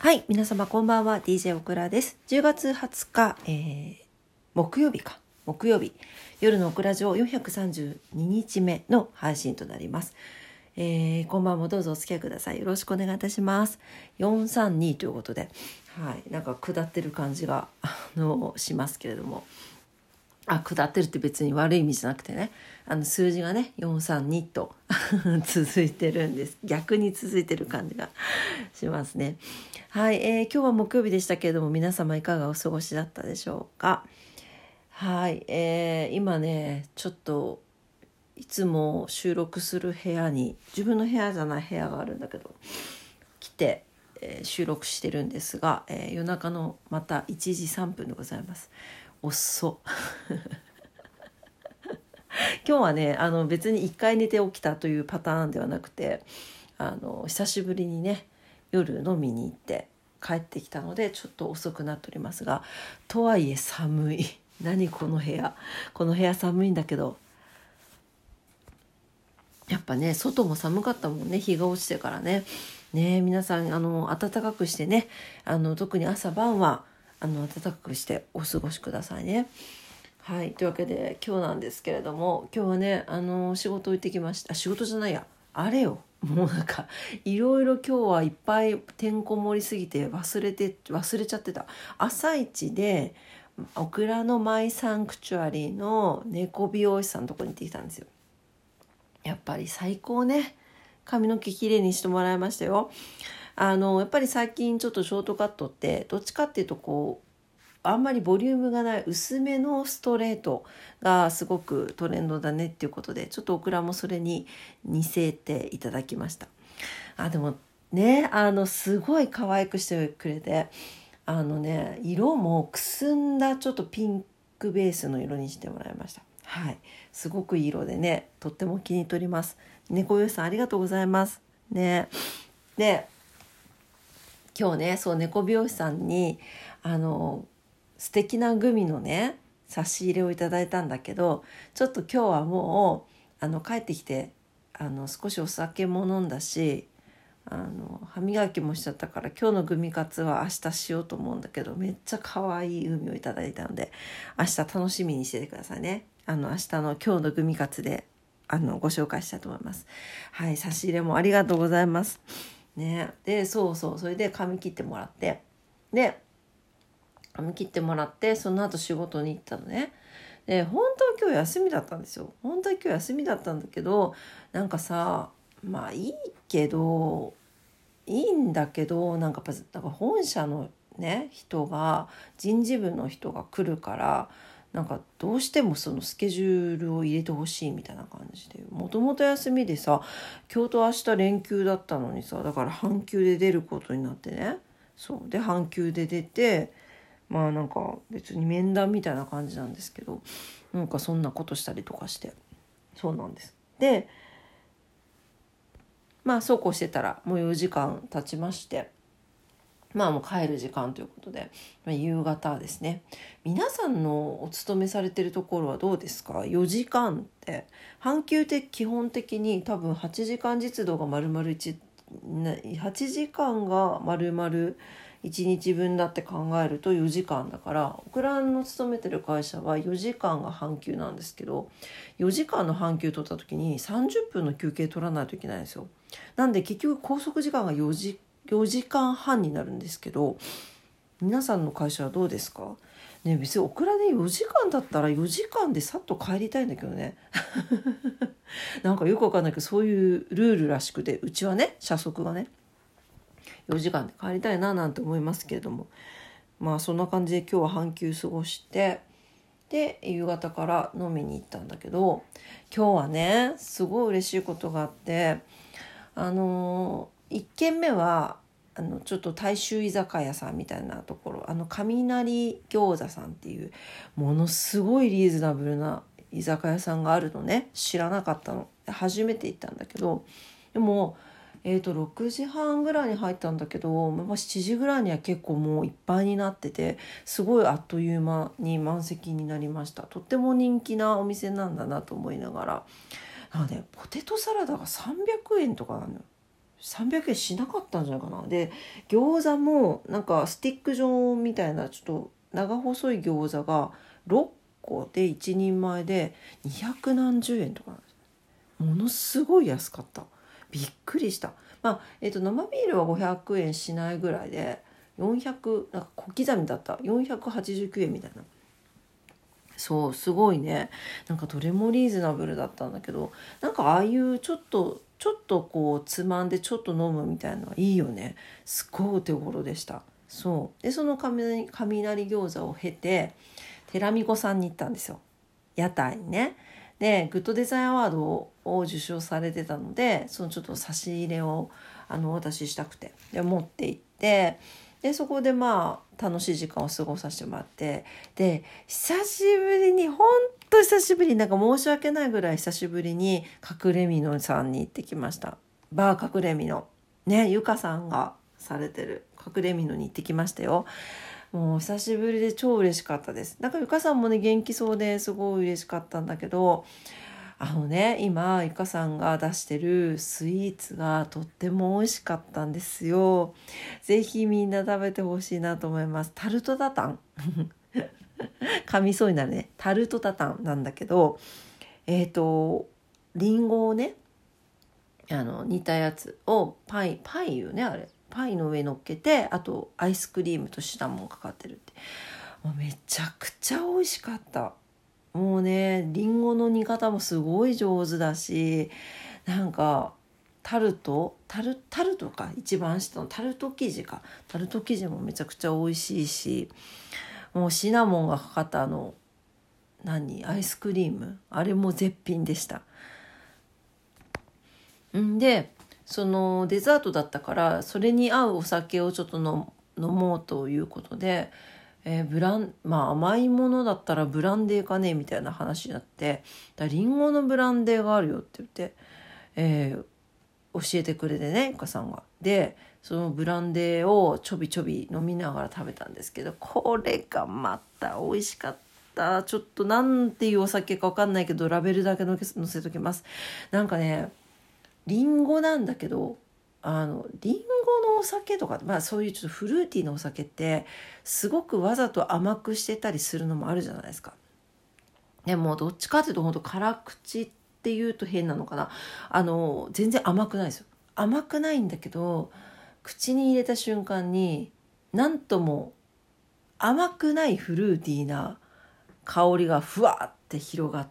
はい、皆様こんばんは。 DJ オクラです。10月20日、木曜日夜のオクラジオ432日目の配信となります。こんばんもどうぞお付き合いください。よろしくお願いいたします。432ということで、はい、なんか下ってる感じがしますけれども、下ってるって別に悪い意味じゃなくてね、数字がね432と続いてるんです。逆に続いてる感じがしますね。はい、今日は木曜日でしたけれども、皆様いかがお過ごしだったでしょうか。はい、今ねちょっといつも収録する部屋に、自分の部屋じゃない部屋があるんだけど来て、収録してるんですが、夜中のまた1時3分でございます。遅今日はね別に1回寝て起きたというパターンではなくて、久しぶりにね夜飲みに行って帰ってきたのでちょっと遅くなっておりますが、とはいえ寒い。何この部屋寒いんだけど、やっぱね外も寒かったもんね、日が落ちてからね。皆さん暖かくしてね、特に朝晩は暖かくしてお過ごしくださいね。はい、というわけで今日なんですけれども、今日はね仕事行ってきました。仕事じゃないや、あれよ、もうなんかいろいろ今日はいっぱいてんこ盛りすぎて忘れちゃってた。朝一でオクラのマイサンクチュアリーの猫美容師さんのとこに行ってきたんですよ。やっぱり最高ね。髪の毛きれいにしてもらいましたよ。やっぱり最近ちょっとショートカットってどっちかっていうとこうあんまりボリュームがない薄めのストレートがすごくトレンドだねっていうことで、ちょっとオクラもそれに似せていただきました。でもねすごい可愛くしてくれて、色もくすんだちょっとピンクベースの色にしてもらいました。はい、すごくいい色でね、とっても気に入ります。猫よしさんありがとうございますね。で今日ね、そう猫美容師さんに素敵なグミのね差し入れをいただいたんだけど、ちょっと今日はもう帰ってきて少しお酒も飲んだし歯磨きもしちゃったから、今日のグミカツは明日しようと思うんだけど、めっちゃ可愛いグミをいただいたので明日楽しみにしててくださいね。明日の今日のグミカツでご紹介したいと思います。はい、差し入れもありがとうございますね。でそれで髪切ってもらって、髪切ってもらって、その後仕事に行ったのね。で本当は今日休みだったんですよ。本当は今日休みだったんだけど、なんかさ、まあいいんだけど、なんかやっぱ本社のね人事部の人が来るから、なんかどうしてもそのスケジュールを入れてほしいみたいな感じで、もともと休みでさ、今日と明日連休だったのにさ、だから半休で出ることになってね。そうで半休で出て、なんか別に面談みたいな感じなんですけど、なんかそんなことしたりとかして、そうなんです。でそうこうしてたらもう4時間経ちまして、もう帰る時間ということで、夕方ですね。皆さんのお勤めされてるところはどうですか？ 4 時間って半休って基本的に多分8時間実働が丸々8時間が丸々1日分だって考えると4時間だから、オクラの勤めてる会社は4時間が半休なんですけど、4時間の半休取った時に30分の休憩取らないといけないんですよ。なんで結局拘束時間が4時間半になるんですけど、皆さんの会社はどうですかね。別にオクラで4時間だったら4時間でさっと帰りたいんだけどねなんかよくわかんないけど、そういうルールらしくて、うちはね社則がね4時間で帰りたいななんて思いますけれども、そんな感じで今日は半休過ごして、で夕方から飲みに行ったんだけど、今日はねすごい嬉しいことがあって、1軒目はちょっと大衆居酒屋さんみたいなところ、雷餃子さんっていうものすごいリーズナブルな居酒屋さんがあるのね。知らなかったの。初めて行ったんだけど、でも6時半ぐらいに入ったんだけど、7時ぐらいには結構もういっぱいになってて、すごいあっという間に満席になりました。とっても人気なお店なんだなと思いながら、なのでポテトサラダが300円とかなのよ。 300円しなかったんじゃないかな。で餃子もなんかスティック状みたいなちょっと長細い餃子が6個で1人前で200何十円とかなんです。ものすごい安かった。びっくりした。生ビールは500円しないぐらいで400なんか小刻みだった489円みたいな。そうすごいね。なんかどれもリーズナブルだったんだけど、なんかああいうちょっとこうつまんでちょっと飲むみたいなのはいいよね。すごいお手頃でした。そうでその雷餃子を経て寺美子さんに行ったんですよ、屋台にね。でグッドデザインアワードを受賞されてたので、そのちょっと差し入れをお渡ししたくてで持って行って、でそこで楽しい時間を過ごさせてもらって、で久しぶりに久しぶりになんか申し訳ないぐらい久しぶりに隠れみのさんに行ってきました。バー隠れみのね、ゆかさんがされてる隠れみのに行ってきましたよ。もう久しぶりで超嬉しかったです。なんかゆかさんもね元気そうですごい嬉しかったんだけど、今ゆかさんが出してるスイーツがとっても美味しかったんですよ。ぜひみんな食べてほしいなと思います。タルトタタン噛みそうになるね。タルトタタンなんだけど、リンゴをね煮たやつをパイよね、あれパイの上に乗っけて、あとアイスクリームとシナモンかかってるって、もうめちゃくちゃ美味しかった。もうねリンゴの煮方もすごい上手だし、なんかタルトか一番下のタルト生地もめちゃくちゃ美味しいし、もうシナモンがかかったアイスクリームあれも絶品でした。でそのデザートだったからそれに合うお酒をちょっと飲もうということで、甘いものだったらブランデーかねみたいな話になって、リンゴのブランデーがあるよって言って、教えてくれてねゆかさんが。でそのブランデーをちょびちょび飲みながら食べたんですけど、これがまた美味しかった。ちょっとなんていうお酒か分かんないけどラベルだけ載せときます。なんかねリンゴなんだけどリンゴのお酒とか、そういうちょっとフルーティーなお酒ってすごくわざと甘くしてたりするのもあるじゃないですか。でもどっちかっていうと本当辛口っていうと変なのかな、全然甘くないですよ。甘くないんだけど口に入れた瞬間になんとも甘くないフルーティーな香りがふわって広がって、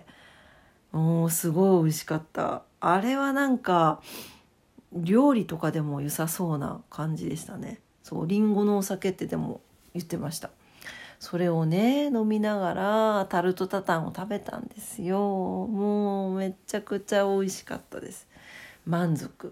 もうすごい美味しかった。あれはなんか料理とかでも良さそうな感じでしたね。そうリンゴのお酒ってでも言ってました。それをね飲みながらタルトタタンを食べたんですよ。もうめちゃくちゃ美味しかったです。満足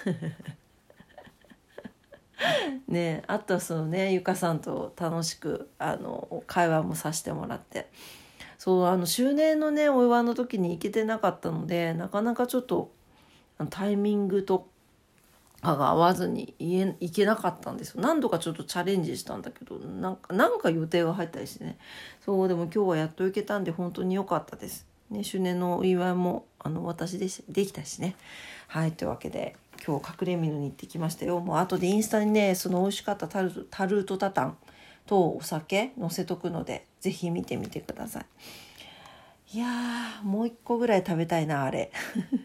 ね、あとはそのねゆかさんと楽しく会話もさせてもらって、そう周年のねお祝いの時に行けてなかったので、なかなかちょっとタイミングとかが合わずに行けなかったんですよ。何度かちょっとチャレンジしたんだけどなんか予定が入ったりしてね。そうでも今日はやっと行けたんで本当に良かったです、ね、周年のお祝いも私できたしね。はい、というわけで今日隠れみのに行ってきましたよ。もう後でインスタにねその美味しかったタルトタタンとお酒載せとくのでぜひ見てみてください。いやーもう一個ぐらい食べたいなあれ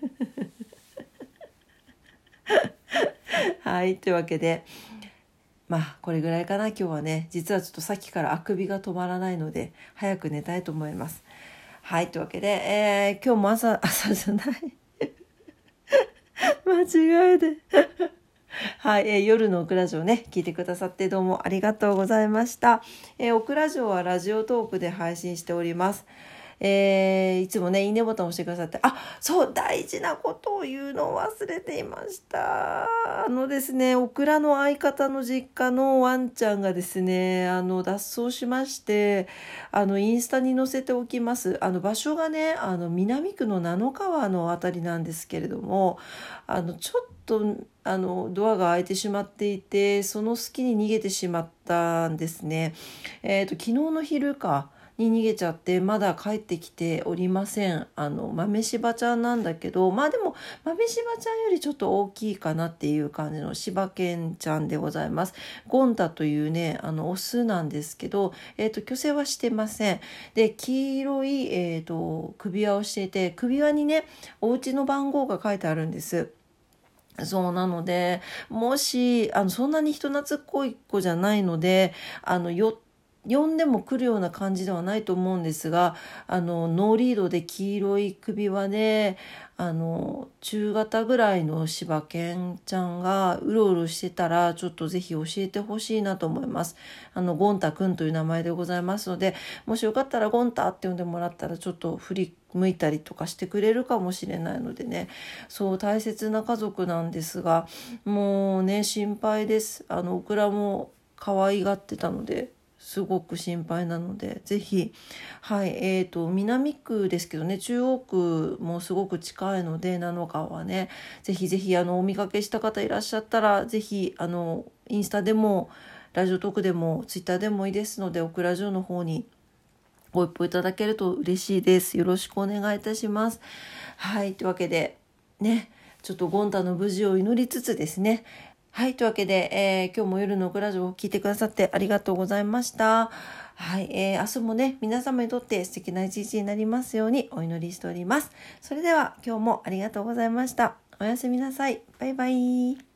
はい、というわけでこれぐらいかな今日はね。実はちょっとさっきからあくびが止まらないので早く寝たいと思います。はい、というわけで、今日も朝じゃない間違えてはい、夜のオクラジオね聞いてくださってどうもありがとうございました。オクラジオはラジオトークで配信しております。いつもねいいねボタンを押してくださって、そう大事なことを言うのを忘れていました。ですねオクラの相方の実家のワンちゃんがですね脱走しまして、インスタに載せておきます。場所がね南区の七野川のあたりなんですけれども、ちょっとドアが開いてしまっていてその隙に逃げてしまったんですね。昨日の昼かに逃げちゃってまだ帰ってきておりません。豆柴ちゃんなんだけど、まあでも豆柴ちゃんよりちょっと大きいかなっていう感じの柴犬ちゃんでございます。ゴンタというねオスなんですけど、去勢はしてません。で黄色い、首輪をしていて、首輪にねお家の番号が書いてあるんです。そうなので、もしそんなに人懐っこい子じゃないので呼んでも来るような感じではないと思うんですが、ノーリードで黄色い首輪で中型ぐらいの柴犬ちゃんがうろうろしてたら、ちょっとぜひ教えてほしいなと思います。ゴンタくんという名前でございますので、もしよかったらゴンタって呼んでもらったら、ちょっと振り向いたりとかしてくれるかもしれないのでね、そう大切な家族なんですが、もうね心配です。オクラも可愛がってたのですごく心配なので、ぜひはい南区ですけどね、中央区もすごく近いので、菜の川はね、ぜひぜひお見かけした方いらっしゃったら、ぜひインスタでもラジオトークでもツイッターでもいいですので、オクラジオの方にご一報いただけると嬉しいです。よろしくお願いいたします。はい、というわけでね、ちょっとゴンタの無事を祈りつつですね。はい、というわけで、今日も夜のオクラジオを聞いてくださってありがとうございました。はい、明日もね皆様にとって素敵な一日になりますようにお祈りしております。それでは今日もありがとうございました。おやすみなさい。バイバイ。